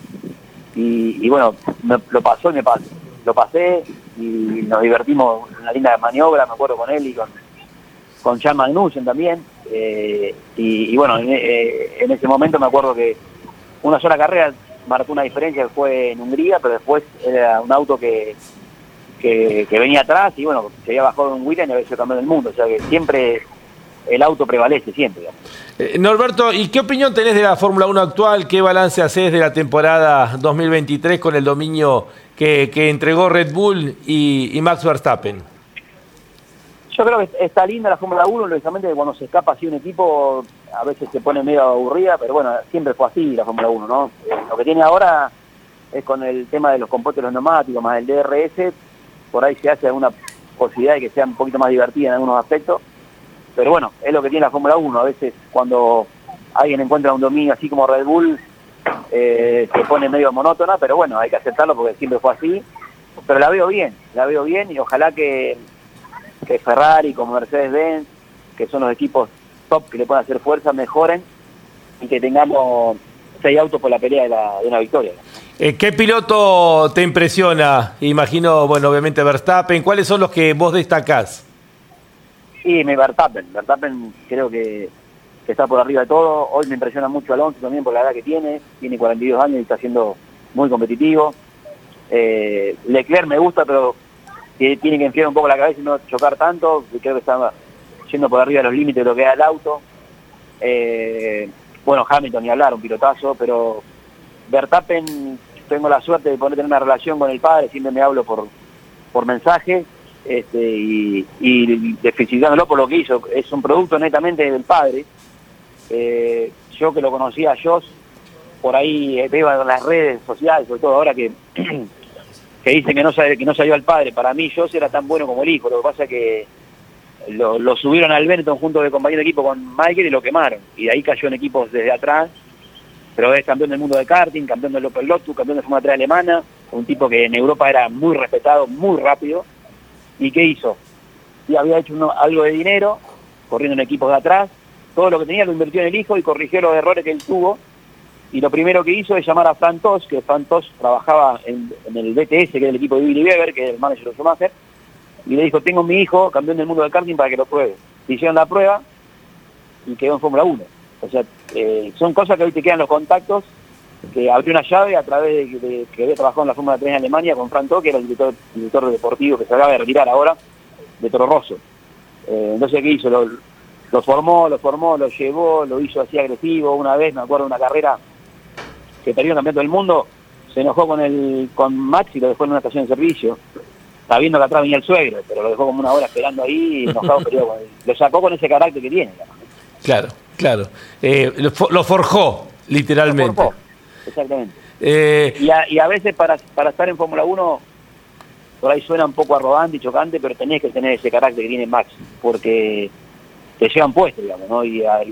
y bueno, lo pasé y nos divertimos en una linda maniobra, me acuerdo con él y con Jan Magnussen también, y bueno, en ese momento me acuerdo que una sola carrera marcó una diferencia, que fue en Hungría, pero después era un auto que venía atrás y bueno, se había bajado en un Williams y había sido campeón del mundo, o sea que siempre el auto prevalece, siempre. Norberto, ¿y qué opinión tenés de la Fórmula 1 actual? ¿Qué balance haces de la temporada 2023 con el dominio que entregó Red Bull y Max Verstappen? Yo creo que está linda la Fórmula 1, lógicamente cuando se escapa así un equipo a veces se pone medio aburrida, pero bueno, siempre fue así la Fórmula 1, ¿no? Lo que tiene ahora es con el tema de los compuestos de los neumáticos más el DRS, por ahí se hace alguna posibilidad de que sea un poquito más divertida en algunos aspectos, pero bueno, es lo que tiene la Fórmula 1, a veces cuando alguien encuentra un dominio así como Red Bull, se pone medio monótona, pero bueno, hay que aceptarlo porque siempre fue así, pero la veo bien y ojalá que Ferrari como Mercedes-Benz, que son los equipos top que le pueden hacer fuerza, mejoren y que tengamos 6 autos por la pelea de una victoria. ¿Qué piloto te impresiona? Imagino, bueno, obviamente Verstappen. ¿Cuáles son los que vos destacás? Sí, Verstappen creo que está por arriba de todo. Hoy me impresiona mucho Alonso también por la edad que tiene 42 años y está siendo muy competitivo. Leclerc me gusta, pero tiene que enfriar un poco la cabeza y no chocar tanto, creo que está yendo por arriba de los límites de lo que da el auto. Bueno, Hamilton ni hablar, un pilotazo, pero Verstappen, tengo la suerte de poder tener una relación con el padre, siempre me hablo por mensaje, y felicitándolo por lo que hizo. Es un producto netamente del padre. Yo que lo conocía a Jos, por ahí veo en las redes sociales, sobre todo ahora que dicen que no salió al padre. Para mí Jos era tan bueno como el hijo, lo que pasa es que lo subieron al Benetton junto de compañero de equipo con Michael y lo quemaron, y de ahí cayó en equipos desde atrás, pero es campeón del mundo de karting, campeón del Opel Lotus, campeón de Fórmula 3 alemana, un tipo que en Europa era muy respetado, muy rápido. ¿Y qué hizo? Sí, había hecho algo de dinero, corriendo en equipos de atrás, todo lo que tenía lo invirtió en el hijo y corrigió los errores que él tuvo, y lo primero que hizo es llamar a Frank Tost, que Frank Tost trabajaba en el BTS, que es el equipo de Billy Weber, que es el manager de Schumacher, y le dijo, tengo mi hijo, campeón del mundo del karting, para que lo pruebe. Hicieron la prueba y quedó en Fórmula 1. O sea, son cosas que hoy te quedan los contactos que abrió una llave a través de que había trabajado en la Fórmula 3 en Alemania con Frank To, que era el director deportivo que se acaba de retirar ahora, de Toro Rosso. Entonces, ¿qué hizo? Lo formó, lo llevó, lo hizo así agresivo. Una vez, me acuerdo de una carrera que perdió el campeonato del mundo, se enojó con Max y lo dejó en una estación de servicio, sabiendo que atrás venía el suegro, pero lo dejó como una hora esperando ahí, enojado, pero lo sacó con ese carácter que tiene. Claro. Lo forjó, literalmente. Lo forjó, exactamente. Y a veces para estar en Fórmula 1, por ahí suena un poco arrogante y chocante, pero tenés que tener ese carácter que tiene Max, porque te llevan puesto, digamos, ¿no? Y a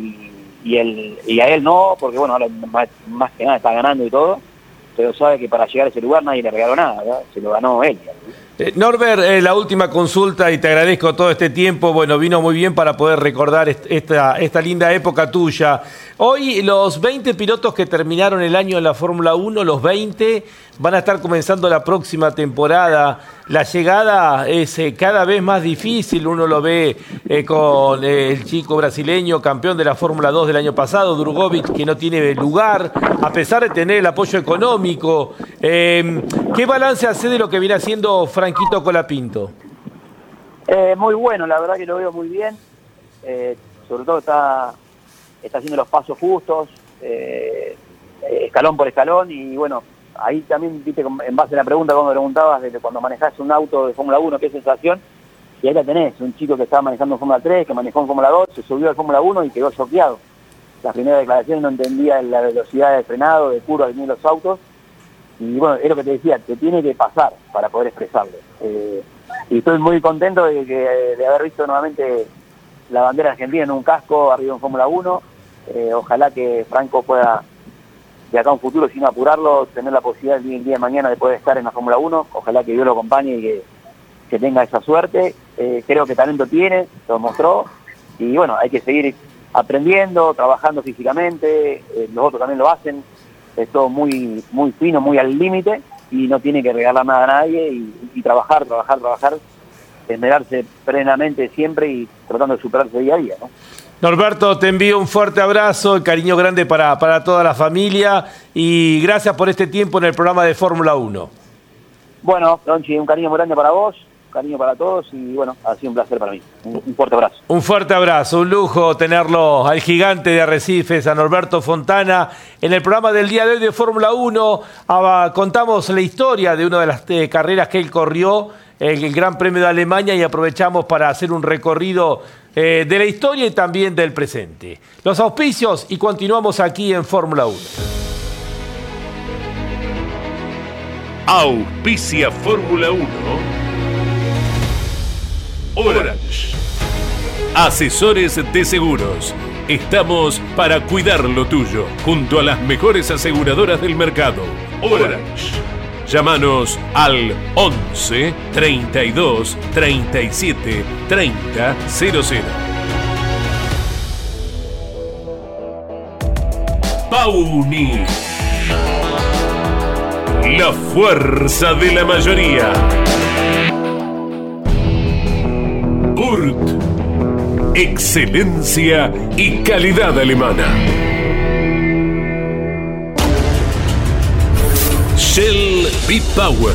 él no, porque bueno, ahora más que nada está ganando y todo, pero sabe que para llegar a ese lugar nadie le regaló nada, ¿verdad? Se lo ganó él, digamos. Norbert, la última consulta, y te agradezco todo este tiempo. Bueno, vino muy bien para poder recordar esta linda época tuya. Hoy los 20 pilotos que terminaron el año en la Fórmula 1, los 20 van a estar comenzando la próxima temporada. La llegada es cada vez más difícil. Uno lo ve con el chico brasileño, campeón de la Fórmula 2 del año pasado, Drugovich, que no tiene lugar, a pesar de tener el apoyo económico. ¿Qué balance hace de lo que viene haciendo Franquito Colapinto? Muy bueno, la verdad que lo veo muy bien. Sobre todo está haciendo los pasos justos, escalón por escalón, y bueno, ahí también, viste, en base a la pregunta cuando me preguntabas de cuando manejás un auto de Fórmula 1, qué sensación, y ahí la tenés, un chico que estaba manejando en Fórmula 3, que manejó en Fórmula 2, se subió a Fórmula 1 y quedó choqueado. Las primeras declaraciones no entendía la velocidad de frenado, de curva que tienen los autos, y bueno, es lo que te decía, te tiene que pasar para poder expresarlo. Y estoy muy contento de haber visto nuevamente la bandera argentina en un casco arriba en Fórmula 1. Ojalá que Franco pueda, de acá a un futuro, sin apurarlo, tener la posibilidad el día de mañana de poder estar en la Fórmula 1. Ojalá que Dios lo acompañe y que tenga esa suerte. Creo que talento tiene, lo mostró, y bueno, hay que seguir aprendiendo, trabajando físicamente. Los otros también lo hacen. Es todo muy, muy fino, muy al límite, y no tiene que regalar nada a nadie, y trabajar, esmerarse plenamente siempre y tratando de superarse día a día, ¿no? Norberto, te envío un fuerte abrazo, cariño grande para toda la familia, y gracias por este tiempo en el programa de Fórmula 1. Bueno, Lonchi, un cariño muy grande para vos, un cariño para todos, y bueno, ha sido un placer para mí. Un fuerte abrazo. Un fuerte abrazo, un lujo tenerlo al gigante de Arrecifes, a Norberto Fontana, en el programa del día de hoy de Fórmula 1. Contamos la historia de una de las carreras que él corrió, el Gran Premio de Alemania, y aprovechamos para hacer un recorrido de la historia y también del presente. Los auspicios, y continuamos aquí en Fórmula 1. Auspicia Fórmula 1 Orange. Asesores de seguros. Estamos para cuidar lo tuyo, junto a las mejores aseguradoras del mercado. Orange. Llámanos al 11 32 37 30 00. Pauni. La fuerza de la mayoría. Urt. Excelencia y calidad alemana. Shell V-Power.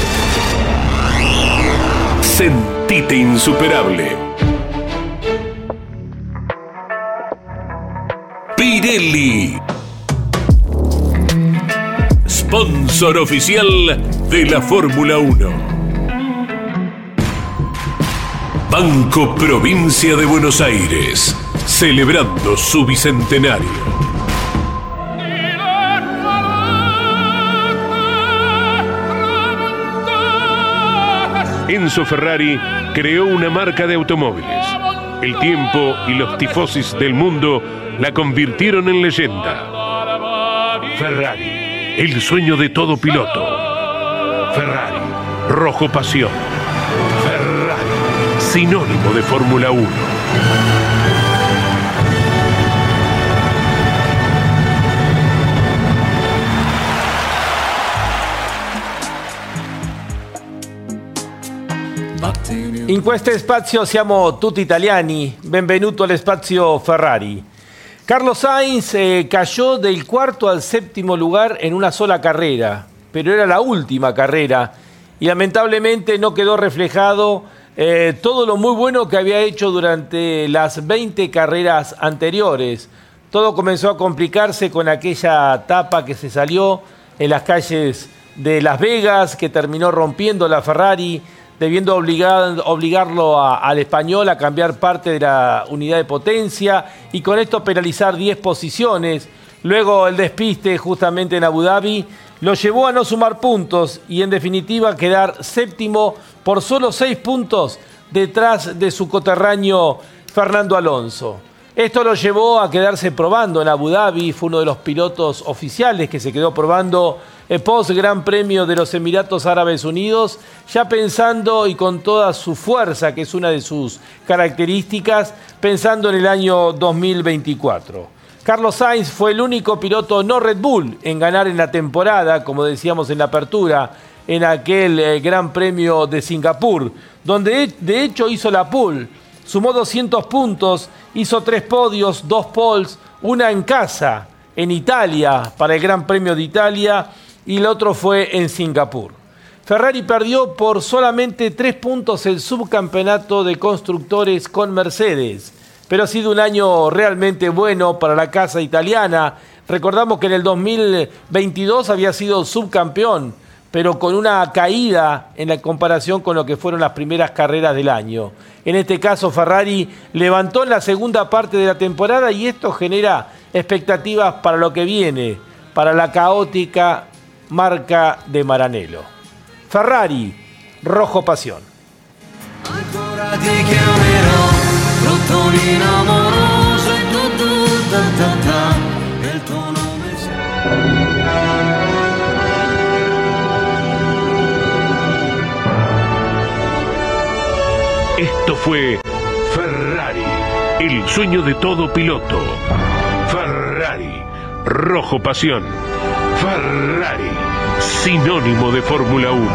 Sentite insuperable. Pirelli. Sponsor oficial de la Fórmula 1. Banco Provincia de Buenos Aires, celebrando su bicentenario. Enzo Ferrari creó una marca de automóviles. El tiempo y los tifosis del mundo la convirtieron en leyenda. Ferrari, el sueño de todo piloto. Ferrari, rojo pasión. Ferrari, sinónimo de Fórmula 1. In questo spazio siamo tutti italiani, benvenuto all'Spazio Ferrari. Carlos Sainz cayó del 4º al 7º lugar en una sola carrera, pero era la última carrera y lamentablemente no quedó reflejado todo lo muy bueno que había hecho durante las 20 carreras anteriores. Todo comenzó a complicarse con aquella etapa que se salió en las calles de Las Vegas, que terminó rompiendo la Ferrari, debiendo obligarlo al español a cambiar parte de la unidad de potencia y con esto penalizar 10 posiciones. Luego el despiste justamente en Abu Dhabi lo llevó a no sumar puntos y en definitiva quedar 7º por solo 6 puntos detrás de su coterráneo Fernando Alonso. Esto lo llevó a quedarse probando en Abu Dhabi, fue uno de los pilotos oficiales que se quedó probando post Gran Premio de los Emiratos Árabes Unidos, ya pensando y con toda su fuerza, que es una de sus características, pensando en el año 2024. Carlos Sainz fue el único piloto no Red Bull en ganar en la temporada, como decíamos en la apertura, en aquel Gran Premio de Singapur, donde de hecho hizo la pole. Sumó 200 puntos, hizo 3 podios, 2 poles, una en casa, en Italia, para el Gran Premio de Italia, y el otro fue en Singapur. Ferrari perdió por solamente 3 puntos el subcampeonato de constructores con Mercedes, pero ha sido un año realmente bueno para la casa italiana. Recordamos que en el 2022 había sido subcampeón, pero con una caída en la comparación con lo que fueron las primeras carreras del año. En este caso, Ferrari levantó en la segunda parte de la temporada y esto genera expectativas para lo que viene, para la caótica marca de Maranello. Ferrari, rojo pasión. Esto fue Ferrari, el sueño de todo piloto. Ferrari, rojo pasión. Ferrari, sinónimo de Fórmula 1.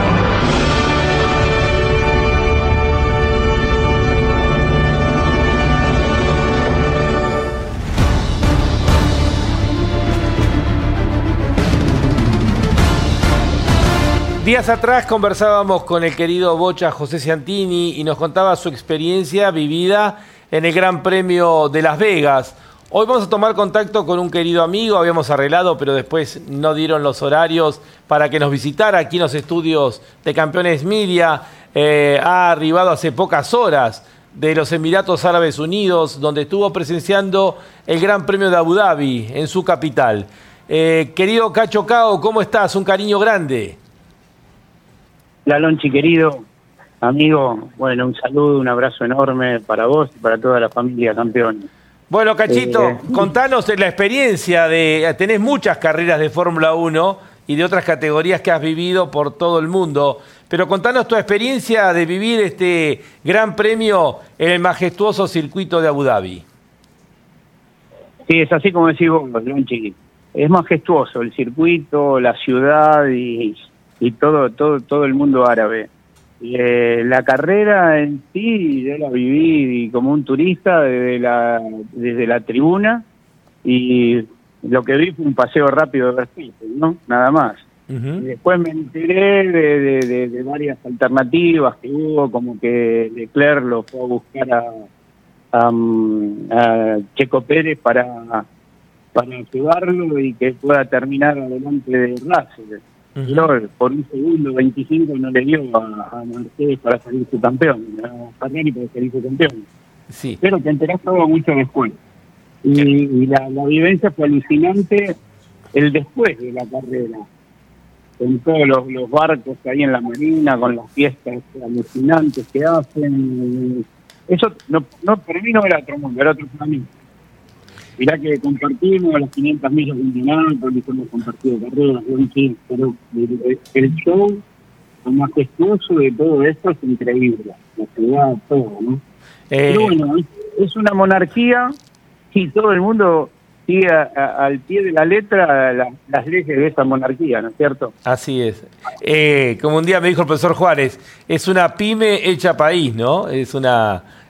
Días atrás conversábamos con el querido Bocha José Ciantini y nos contaba su experiencia vivida en el Gran Premio de Las Vegas. Hoy vamos a tomar contacto con un querido amigo, habíamos arreglado, pero después no dieron los horarios para que nos visitara aquí en los estudios de Campeones Media. Ha arribado hace pocas horas de los Emiratos Árabes Unidos, donde estuvo presenciando el Gran Premio de Abu Dhabi en su capital. Querido Cacho Cao, ¿cómo estás? Un cariño grande. Hola, Lonchi, querido amigo. Bueno, un saludo, un abrazo enorme para vos y para toda la familia Campeones. Bueno, Cachito, contanos la experiencia tenés muchas carreras de Fórmula 1 y de otras categorías que has vivido por todo el mundo, pero contanos tu experiencia de vivir este Gran Premio en el majestuoso circuito de Abu Dhabi. Sí, es así como decís vos, Lonchi. Es majestuoso el circuito, la ciudad y todo el mundo árabe. La carrera en sí yo la viví como un turista desde la tribuna y lo que vi fue un paseo rápido de Verstappen, ¿no? Nada más. Y después me enteré de varias alternativas que hubo, como que Leclerc lo fue a buscar a Checo Pérez para ayudarlo y que pueda terminar adelante de Russell. No, por un segundo, 25, no le dio a Mercedes para salir su campeón, a Ferrari para salir su campeón. Sí. Pero te enterás todo mucho después. Y la vivencia fue alucinante el después de la carrera, con todos los barcos que hay en la marina, con las fiestas alucinantes que hacen. Eso no para mí no era otro mundo, era otro planeta. Mirá que compartimos las 500 millas de Indianápolis, hemos compartido carreras, pero el show majestuoso de todo esto es increíble, la ciudad, todo, ¿no? Pero bueno, es una monarquía y todo el mundo sigue al pie de la letra las leyes de esa monarquía, ¿no es cierto? Así es. Como un día me dijo el profesor Juárez, es una pyme hecha país, ¿no? Es una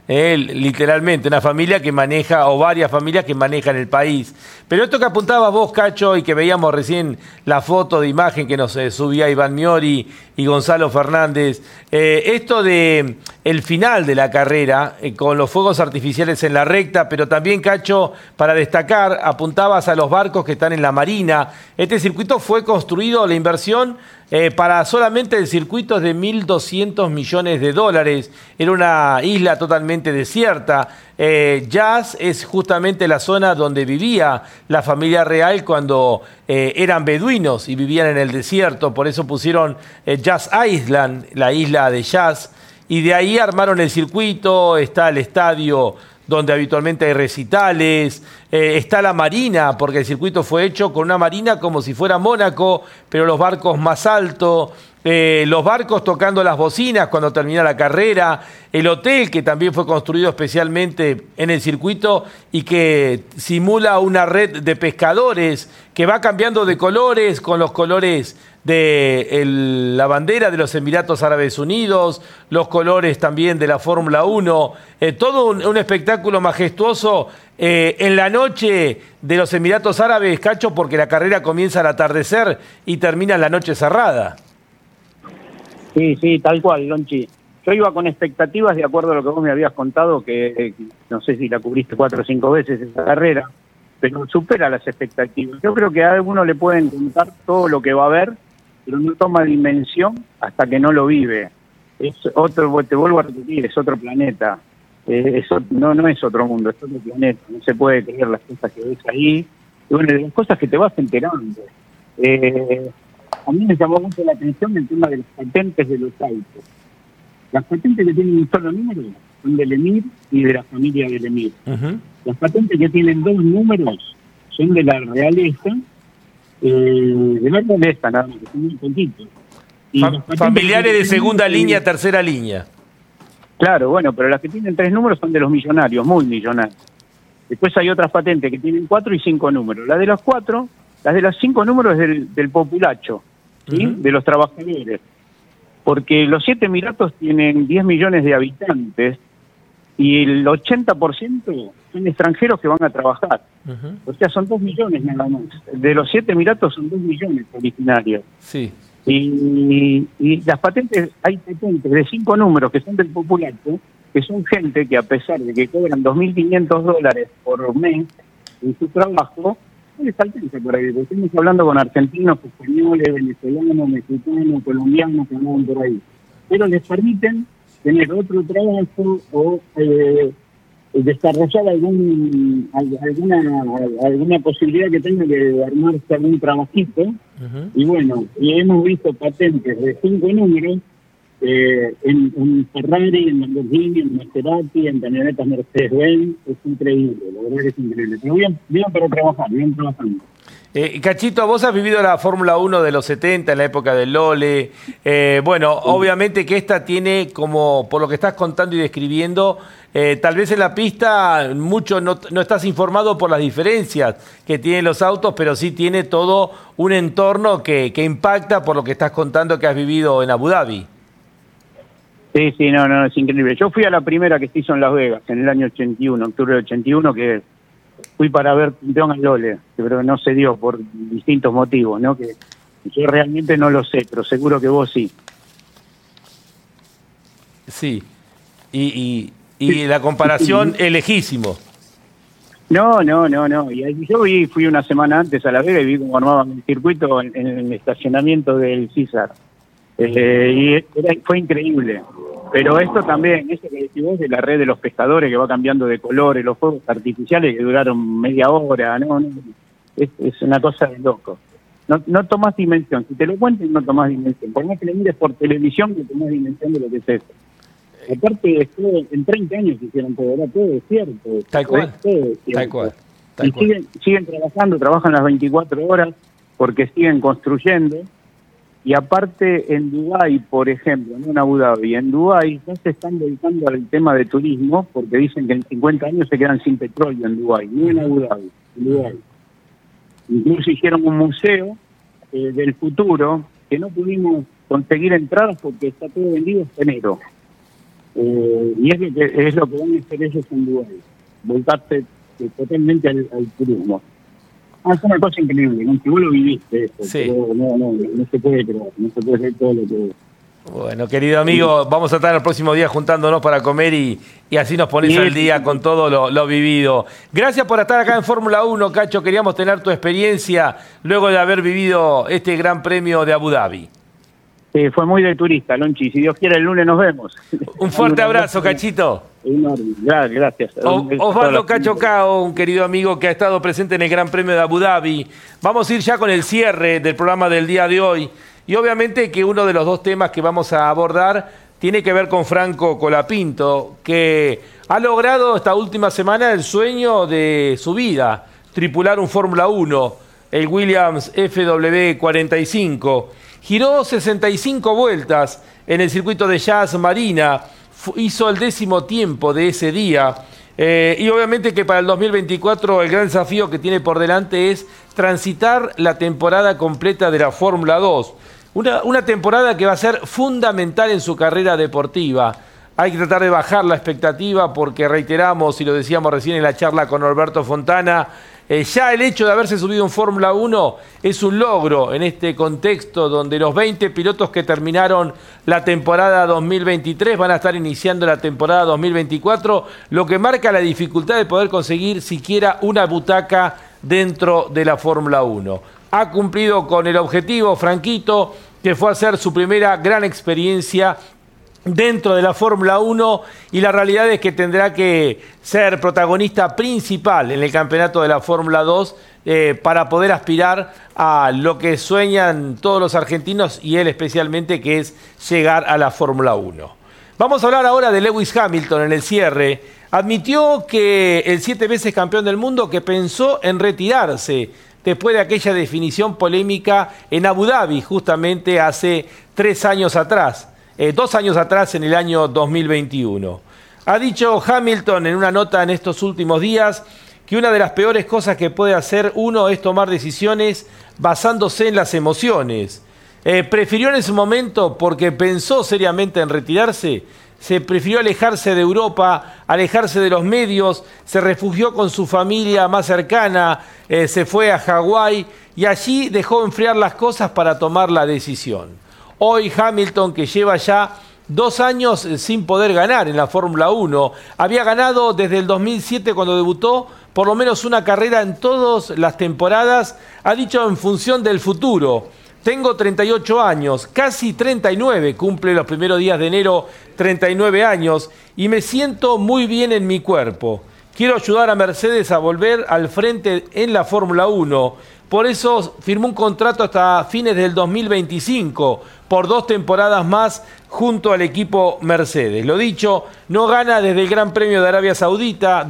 literalmente, una familia que maneja, o varias familias que manejan el país. Pero esto que apuntabas vos, Cacho, y que veíamos recién la foto de imagen que nos subía Iván Miori y Gonzalo Fernández, esto de el final de la carrera, con los fuegos artificiales en la recta, pero también, Cacho, para destacar, apuntabas a los barcos que están en la Marina. Este circuito fue construido, la inversión para solamente el circuito es de $1.200 millones. Era una isla totalmente desierta. Yas es justamente la zona donde vivía la familia real cuando eran beduinos y vivían en el desierto. Por eso pusieron Yas Island, la isla de Yas. Y de ahí armaron el circuito, está el estadio donde habitualmente hay recitales, está la marina, porque el circuito fue hecho con una marina como si fuera Mónaco, pero los barcos más altos, los barcos tocando las bocinas cuando termina la carrera, el hotel que también fue construido especialmente en el circuito y que simula una red de pescadores que va cambiando de colores con los colores de la bandera de los Emiratos Árabes Unidos, los colores también de la Fórmula 1, todo un espectáculo majestuoso en la noche de los Emiratos Árabes, Cacho, porque la carrera comienza al atardecer y termina en la noche cerrada. Sí, tal cual, Lonchi. Yo iba con expectativas de acuerdo a lo que vos me habías contado, que no sé si la cubriste 4 o 5 veces esa carrera, pero supera las expectativas. Yo creo que a alguno le pueden contar todo lo que va a haber, pero no toma dimensión hasta que no lo vive. Es otro, te vuelvo a repetir, es otro planeta. No es otro mundo, es otro planeta. No se puede creer las cosas que ves ahí. Y bueno, de las cosas que te vas enterando. A mí me llamó mucho la atención el tema de las patentes de los autos. Las patentes que tienen un solo número son del Emir y de la familia del Emir. Uh-huh. Las patentes que tienen 2 números son de la realeza, nada más, que son muy poquitos. Familiares de segunda línea, tercera línea. Claro, bueno, pero las que tienen 3 números son de los millonarios, muy millonarios. Después hay otras patentes que tienen 4 y 5 números. Las de los 5 números es del populacho, ¿sí? Uh-huh. De los trabajadores. Porque los 7 Emiratos tienen 10 millones de habitantes y el 80% son extranjeros que van a trabajar. Uh-huh. O sea, son 2 millones nada más. De los 7 Emiratos son 2 millones originarios. Sí. Y las patentes, hay patentes de 5 números que son del populacho, que son gente que a pesar de que cobran $2.500 por mes en su trabajo, no les alcanza por ahí. Estamos hablando con argentinos, españoles, venezolanos, mexicanos, colombianos que andan por ahí. Pero les permiten tener otro trabajo o desarrollar alguna posibilidad que tenga de armarse algún trabajito. Uh-huh. Y bueno, y hemos visto patentes de 5 números en Ferrari, en Lamborghini, en Maserati, en camionetas Mercedes-Benz. Es increíble, la verdad que es increíble. Pero bien para trabajar, bien trabajando. Cachito, vos has vivido la Fórmula 1 de los 70, en la época del Lole. Bueno, obviamente que esta tiene, como por lo que estás contando y describiendo, tal vez en la pista mucho no estás informado por las diferencias que tienen los autos, pero sí tiene todo un entorno que impacta por lo que estás contando que has vivido en Abu Dhabi. Sí, no, es increíble. Yo fui a la primera que se hizo en Las Vegas, en el año 81, octubre del 81, que fui para ver campeón al Lole, pero no se dio por distintos motivos, ¿no? Que yo realmente no lo sé, pero seguro que vos sí. Sí, y la comparación es lejísimo. No. Y yo fui una semana antes a Las Vegas y vi cómo armaban el circuito en el estacionamiento del César. Fue increíble. Pero esto también, eso que decís vos de la red de los pescadores que va cambiando de colores, los fuegos artificiales que duraron media hora, es una cosa de loco. No tomás dimensión. Si te lo cuenten, no tomás dimensión. Por más que le mires por televisión, no tomás dimensión de lo que es eso. Aparte, en 30 años hicieron todo, era todo desierto. Tal cual. Y siguen trabajando, trabajan las 24 horas porque siguen construyendo. Y aparte en Dubái, por ejemplo, no en Abu Dhabi, en Dubái ya se están dedicando al tema de turismo porque dicen que en 50 años se quedan sin petróleo en Dubái, no en Abu Dhabi, en Dubái. Incluso hicieron un museo del futuro que no pudimos conseguir entradas porque está todo vendido hasta enero. Y es lo que van a hacer ellos en Dubái, volcarse totalmente al turismo. Es una cosa increíble, ¿no? Que vos lo viviste eso, sí. Pero no se puede creer, no se puede hacer todo lo que... Bueno, querido amigo, vamos a estar el próximo día juntándonos para comer y así nos pones al día con todo lo vivido. Gracias por estar acá en Fórmula 1, Cacho. Queríamos tener tu experiencia luego de haber vivido este Gran Premio de Abu Dhabi. Fue muy de turista, Lonchi. Si Dios quiere, el lunes nos vemos. Un fuerte abrazo, Cachito. Enorme. Gracias. Osvaldo Cacho Cao, un querido amigo que ha estado presente en el Gran Premio de Abu Dhabi. Vamos a ir ya con el cierre del programa del día de hoy. Y obviamente que uno de los dos temas que vamos a abordar tiene que ver con Franco Colapinto, que ha logrado esta última semana el sueño de su vida, tripular un Fórmula 1, el Williams FW45. Giró 65 vueltas en el circuito de Yas Marina, hizo el 10º tiempo de ese día. Y obviamente que para el 2024 el gran desafío que tiene por delante es transitar la temporada completa de la Fórmula 2. Una temporada que va a ser fundamental en su carrera deportiva. Hay que tratar de bajar la expectativa porque reiteramos, y lo decíamos recién en la charla con Norberto Fontana, ya el hecho de haberse subido en Fórmula 1 es un logro en este contexto donde los 20 pilotos que terminaron la temporada 2023 van a estar iniciando la temporada 2024, lo que marca la dificultad de poder conseguir siquiera una butaca dentro de la Fórmula 1. Ha cumplido con el objetivo, Franquito, que fue hacer su primera gran experiencia dentro de la Fórmula 1 y la realidad es que tendrá que ser protagonista principal en el campeonato de la Fórmula 2 para poder aspirar a lo que sueñan todos los argentinos y él especialmente, que es llegar a la Fórmula 1. Vamos a hablar ahora de Lewis Hamilton en el cierre. Admitió que el 7 veces campeón del mundo que pensó en retirarse después de aquella definición polémica en Abu Dhabi, justamente hace 3 años atrás. 2 años atrás, en el año 2021. Ha dicho Hamilton en una nota en estos últimos días que una de las peores cosas que puede hacer uno es tomar decisiones basándose en las emociones. Prefirió en ese momento, porque pensó seriamente en retirarse, se prefirió alejarse de Europa, alejarse de los medios, se refugió con su familia más cercana, se fue a Hawái y allí dejó enfriar las cosas para tomar la decisión. Hoy Hamilton, que lleva ya 2 años sin poder ganar en la Fórmula 1, había ganado desde el 2007 cuando debutó por lo menos una carrera en todas las temporadas, ha dicho en función del futuro. Tengo 38 años, casi 39, cumple los primeros días de enero 39 años y me siento muy bien en mi cuerpo. Quiero ayudar a Mercedes a volver al frente en la Fórmula 1. Por eso firmó un contrato hasta fines del 2025, por 2 temporadas más junto al equipo Mercedes. Lo dicho, no gana desde el Gran Premio de Arabia Saudita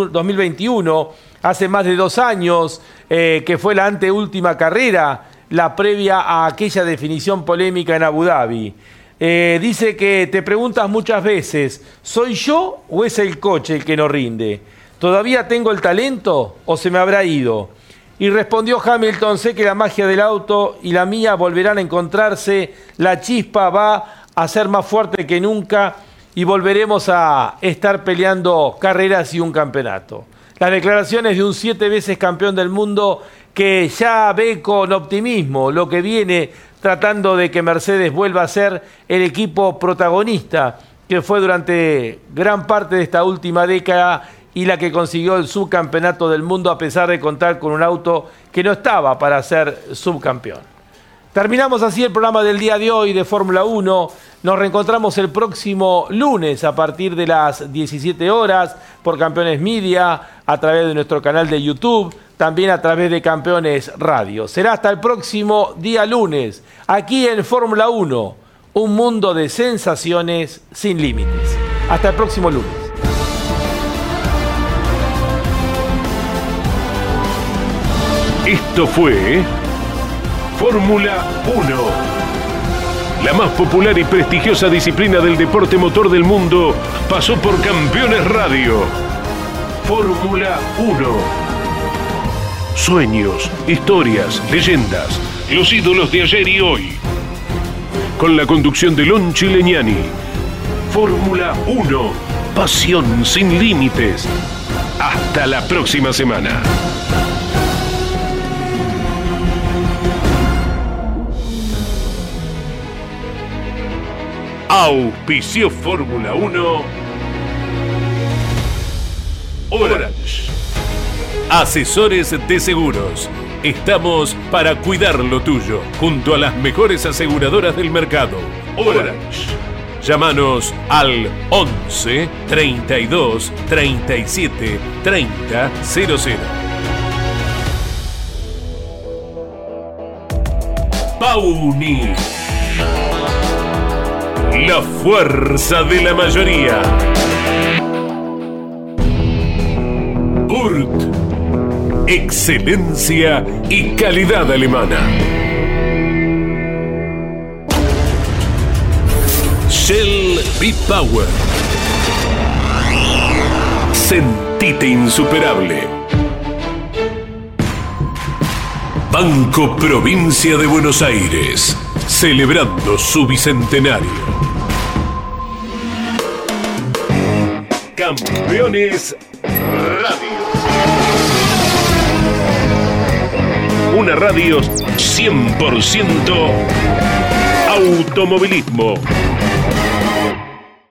2021, hace más de 2 años, que fue la anteúltima carrera, la previa a aquella definición polémica en Abu Dhabi. Dice que te preguntas muchas veces, ¿soy yo o es el coche el que no rinde? ¿Todavía tengo el talento o se me habrá ido? Y respondió Hamilton, sé que la magia del auto y la mía volverán a encontrarse, la chispa va a ser más fuerte que nunca y volveremos a estar peleando carreras y un campeonato. Las declaraciones de un 7 veces campeón del mundo que ya ve con optimismo lo que viene, tratando de que Mercedes vuelva a ser el equipo protagonista que fue durante gran parte de esta última década y la que consiguió el subcampeonato del mundo a pesar de contar con un auto que no estaba para ser subcampeón. Terminamos así el programa del día de hoy de Fórmula 1. Nos reencontramos el próximo lunes a partir de las 17 horas por Campeones Media, a través de nuestro canal de YouTube, también a través de Campeones Radio. Será hasta el próximo día lunes, aquí en Fórmula 1, un mundo de sensaciones sin límites. Hasta el próximo lunes. Esto fue Fórmula 1, la más popular y prestigiosa disciplina del deporte motor del mundo, pasó por Campeones Radio. Fórmula 1. Sueños, historias, leyendas, los ídolos de ayer y hoy. Con la conducción de Lonchi Legnani. Fórmula 1. Pasión sin límites. Hasta la próxima semana. Auspició Fórmula 1 Orange. Asesores de seguros. Estamos para cuidar lo tuyo, junto a las mejores aseguradoras del mercado. Orange. Llámanos al 11 32 37 30 00. Pauni. La fuerza de la mayoría. Kurt. Excelencia y calidad alemana. Shell B-Power. Sentite insuperable. Banco Provincia de Buenos Aires, celebrando su bicentenario. Campeones Radio. Una radio 100% automovilismo.